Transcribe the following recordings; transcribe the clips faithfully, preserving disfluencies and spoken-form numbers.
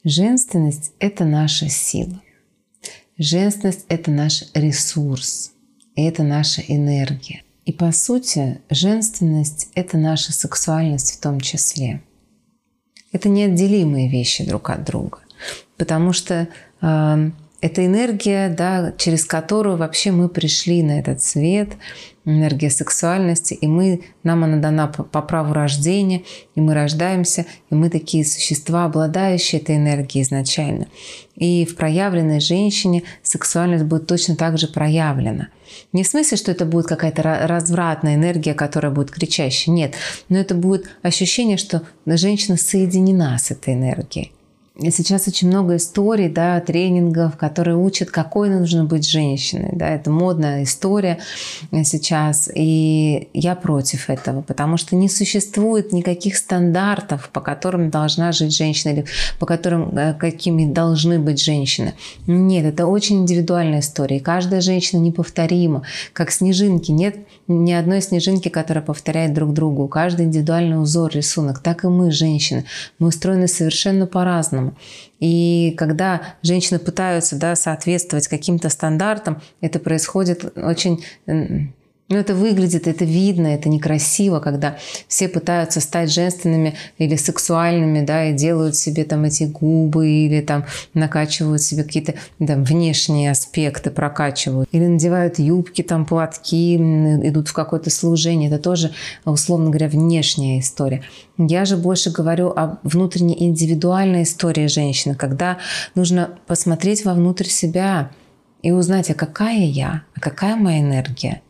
Женственность – это наша сила. Женственность – это наш ресурс, и это наша энергия. И по сути, женственность – это наша сексуальность в том числе. Это неотделимые вещи друг от друга, потому что э, это энергия, да, через которую вообще мы пришли на этот свет, энергия сексуальности, и мы, нам она дана по, по праву рождения, и мы рождаемся, и мы такие существа, обладающие этой энергией изначально. И в проявленной женщине сексуальность будет точно так же проявлена. Не в смысле, что это будет какая-то развратная энергия, которая будет кричащей, нет, но это будет ощущение, что женщина соединена с этой энергией. И сейчас очень много историй, да, тренингов, которые учат, какой нужно быть женщиной. Да, это модная история сейчас. И я против этого, потому что не существует никаких стандартов, по которым должна жить женщина или по которым какими должны быть женщины. Нет, это очень индивидуальная история. И каждая женщина неповторима. Как снежинки. Нет ни одной снежинки, которая повторяет друг другу. У каждой индивидуальный узор, рисунок. Так и мы, женщины. Мы устроены совершенно по-разному. И когда женщины пытаются, да, соответствовать каким-то стандартам, это происходит очень... Ну, это выглядит, это видно, это некрасиво, когда все пытаются стать женственными или сексуальными, да, и делают себе там эти губы или там накачивают себе какие-то там внешние аспекты, прокачивают. Или надевают юбки, там платки, идут в какое-то служение. Это тоже, условно говоря, внешняя история. Я же больше говорю о внутренней индивидуальной истории женщины, когда нужно посмотреть вовнутрь себя и узнать, а какая я, а какая моя энергия.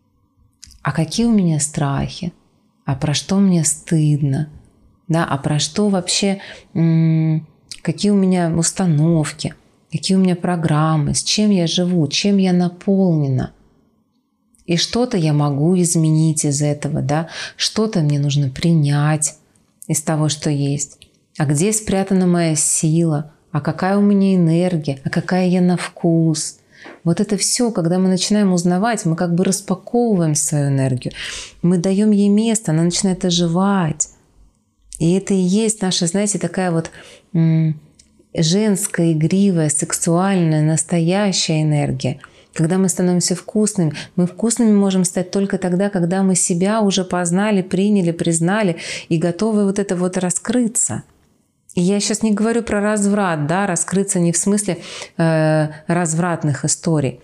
А какие у меня страхи? А про что мне стыдно? Да, а про что вообще, м- какие у меня установки? Какие у меня программы? С чем я живу? Чем я наполнена? И что-то я могу изменить из этого, да? Что-то мне нужно принять из того, что есть. А где спрятана моя сила? А какая у меня энергия? А какая я на вкус? Вот это все, когда мы начинаем узнавать, мы как бы распаковываем свою энергию, мы даем ей место, она начинает оживать. И это и есть наша, знаете, такая вот м- женская, игривая, сексуальная, настоящая энергия. Когда мы становимся вкусными, мы вкусными можем стать только тогда, когда мы себя уже познали, приняли, признали и готовы вот это вот раскрыться. И я сейчас не говорю про разврат, да, раскрыться не в смысле э, развратных историй,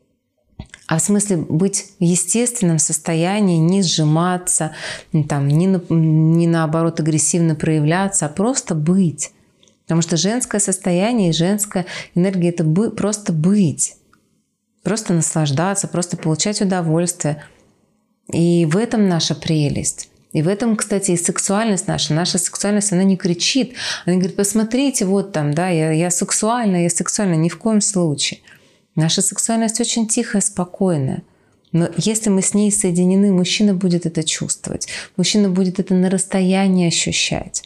а в смысле быть в естественном состоянии, не сжиматься, там, не, на, не наоборот агрессивно проявляться, а просто быть. Потому что женское состояние и женская энергия – это бы, просто быть, просто наслаждаться, просто получать удовольствие. И в этом наша прелесть. И в этом, кстати, и сексуальность наша. Наша сексуальность, она не кричит. Она говорит, посмотрите, вот там, да, я, я сексуальна, я сексуальна. Ни в коем случае. Наша сексуальность очень тихая, спокойная. Но если мы с ней соединены, мужчина будет это чувствовать. Мужчина будет это на расстоянии ощущать.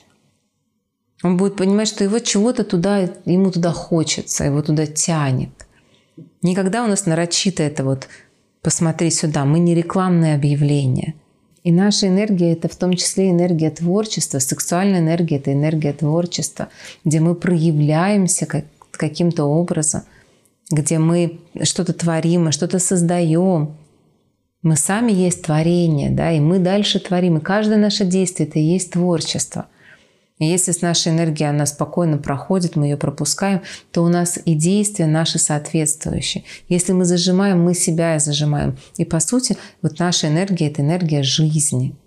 Он будет понимать, что его чего-то туда, ему туда хочется, его туда тянет. Никогда у нас нарочито это вот «посмотри сюда». Мы не рекламное объявление. И наша энергия – это в том числе энергия творчества. Сексуальная энергия – это энергия творчества, где мы проявляемся как, каким-то образом, где мы что-то творим, мы что-то создаем. Мы сами есть творение, да, и мы дальше творим. И каждое наше действие – это и есть творчество. И если с нашей энергией она спокойно проходит, мы ее пропускаем, то у нас и действия наши соответствующие. Если мы зажимаем, мы себя и зажимаем. И по сути, вот наша энергия – это энергия жизни.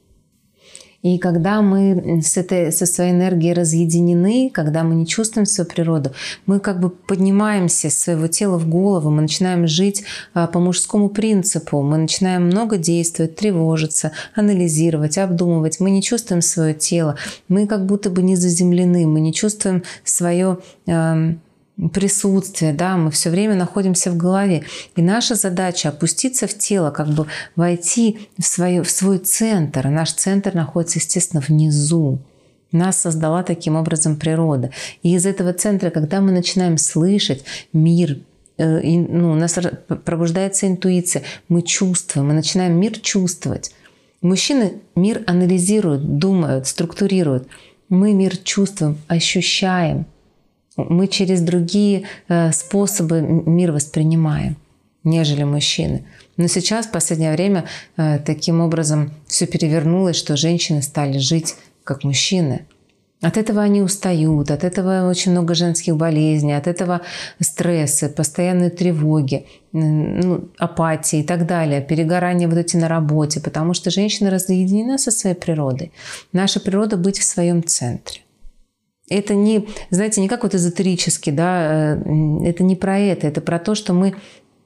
И когда мы с этой, со своей энергией разъединены, когда мы не чувствуем свою природу, мы как бы поднимаемся с своего тела в голову, мы начинаем жить по мужскому принципу, мы начинаем много действовать, тревожиться, анализировать, обдумывать. Мы не чувствуем свое тело, мы как будто бы не заземлены, мы не чувствуем свое э, присутствие, да, мы все время находимся в голове. И наша задача опуститься в тело, как бы войти в, свое, в свой центр. И наш центр находится, естественно, внизу. Нас создала таким образом природа. И из этого центра, когда мы начинаем слышать мир, э, и, ну, у нас пробуждается интуиция, мы чувствуем, мы начинаем мир чувствовать. Мужчины мир анализируют, думают, структурируют. Мы мир чувствуем, ощущаем. Мы через другие способы мир воспринимаем, нежели мужчины. Но сейчас, в последнее время, таким образом все перевернулось, что женщины стали жить как мужчины. От этого они устают, от этого очень много женских болезней, от этого стрессы, постоянные тревоги, ну, апатии и так далее, перегорания вот эти на работе, потому что женщина разъединена со своей природой. Наша природа быть в своем центре. Это не, знаете, не как вот эзотерически, да, это не про это, это про то, что мы,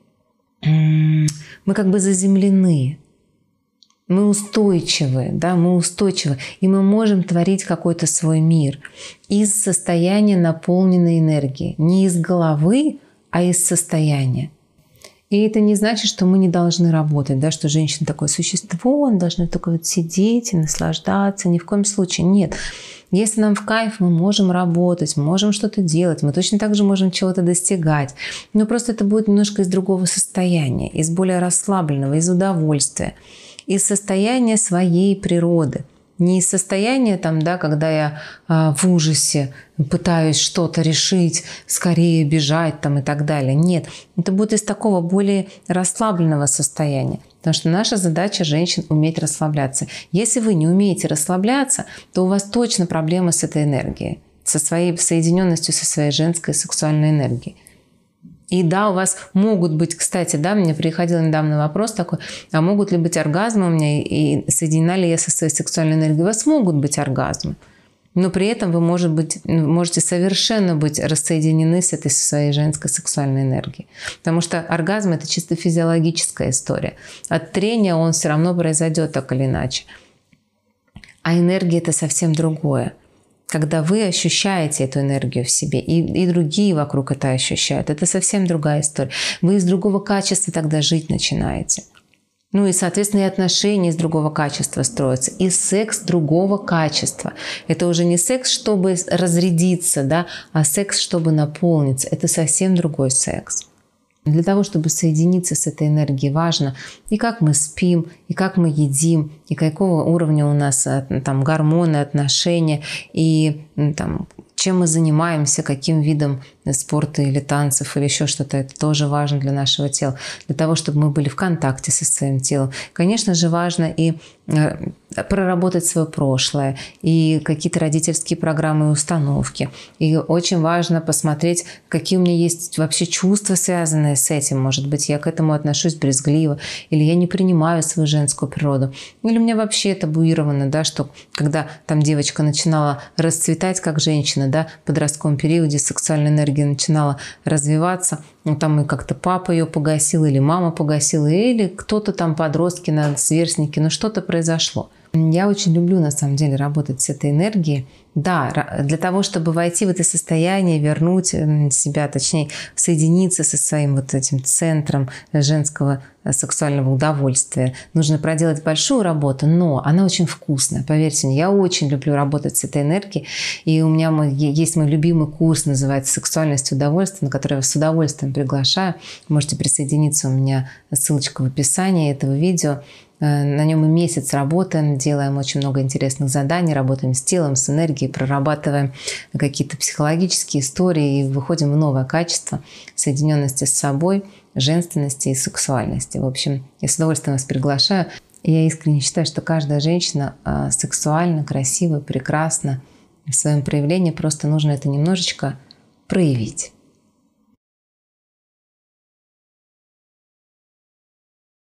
мы как бы заземлены. Мы устойчивы, да, мы устойчивы, и мы можем творить какой-то свой мир из состояния наполненной энергии. Не из головы, а из состояния. И это не значит, что мы не должны работать, да, что женщина такое существо, она должна только вот сидеть и наслаждаться. Ни в коем случае. Нет. Если нам в кайф, мы можем работать, мы можем что-то делать, мы точно так же можем чего-то достигать. Но просто это будет немножко из другого состояния, из более расслабленного, из удовольствия. Из состояния своей природы. Не из состояния, там, да, когда я а, в ужасе пытаюсь что-то решить, скорее бежать там, и так далее. Нет, это будет из такого более расслабленного состояния. Потому что наша задача женщин уметь расслабляться. Если вы не умеете расслабляться, то у вас точно проблемы с этой энергией, со своей соединенностью со своей женской сексуальной энергией. И да, у вас могут быть, кстати, да, мне приходил недавно вопрос такой, а могут ли быть оргазмы у меня, и соединена ли я со своей сексуальной энергией? У вас могут быть оргазмы, но при этом вы может быть, можете совершенно быть рассоединены с этой своей женской сексуальной энергией. Потому что оргазм – это чисто физиологическая история. От трения он все равно произойдет так или иначе. А энергия – это совсем другое. Когда вы ощущаете эту энергию в себе, и, и другие вокруг это ощущают, это совсем другая история. Вы из другого качества тогда жить начинаете. Ну и, соответственно, и отношения из другого качества строятся, и секс другого качества. Это уже не секс, чтобы разрядиться, да, а секс, чтобы наполниться. Это совсем другой секс. Для того, чтобы соединиться с этой энергией, важно и как мы спим, и как мы едим, и какого уровня у нас там гормоны, отношения, и там, чем мы занимаемся, каким видом спорта или танцев, или еще что-то. Это тоже важно для нашего тела, для того, чтобы мы были в контакте со своим телом. Конечно же, важно и проработать свое прошлое, и какие-то родительские программы и установки. И очень важно посмотреть, какие у меня есть вообще чувства, связанные с этим. Может быть, я к этому отношусь брезгливо, или я не принимаю свою женскую природу, или у меня вообще табуировано, да, что когда там девочка начинала расцветать как женщина, да, в подростковом периоде сексуальная энергия начинала развиваться, ну, там и как-то папа ее погасил, или мама погасила, или кто-то там, подростки, сверстники, но что-то произошло. Я очень люблю, на самом деле, работать с этой энергией. Да, для того, чтобы войти в это состояние, вернуть себя, точнее, соединиться со своим вот этим центром женского сексуального удовольствия, нужно проделать большую работу, но она очень вкусная. Поверьте мне, я очень люблю работать с этой энергией. И у меня мой, есть мой любимый курс, называется «Сексуальность и удовольствие», на который я вас с удовольствием приглашаю. Можете присоединиться, у меня ссылочка в описании этого видео. На нем мы месяц работаем, делаем очень много интересных заданий, работаем с телом, с энергией, прорабатываем какие-то психологические истории и выходим в новое качество соединенности с собой, женственности и сексуальности. В общем, я с удовольствием вас приглашаю. Я искренне считаю, что каждая женщина сексуальна, красива, прекрасна в своем проявлении. Просто нужно это немножечко проявить.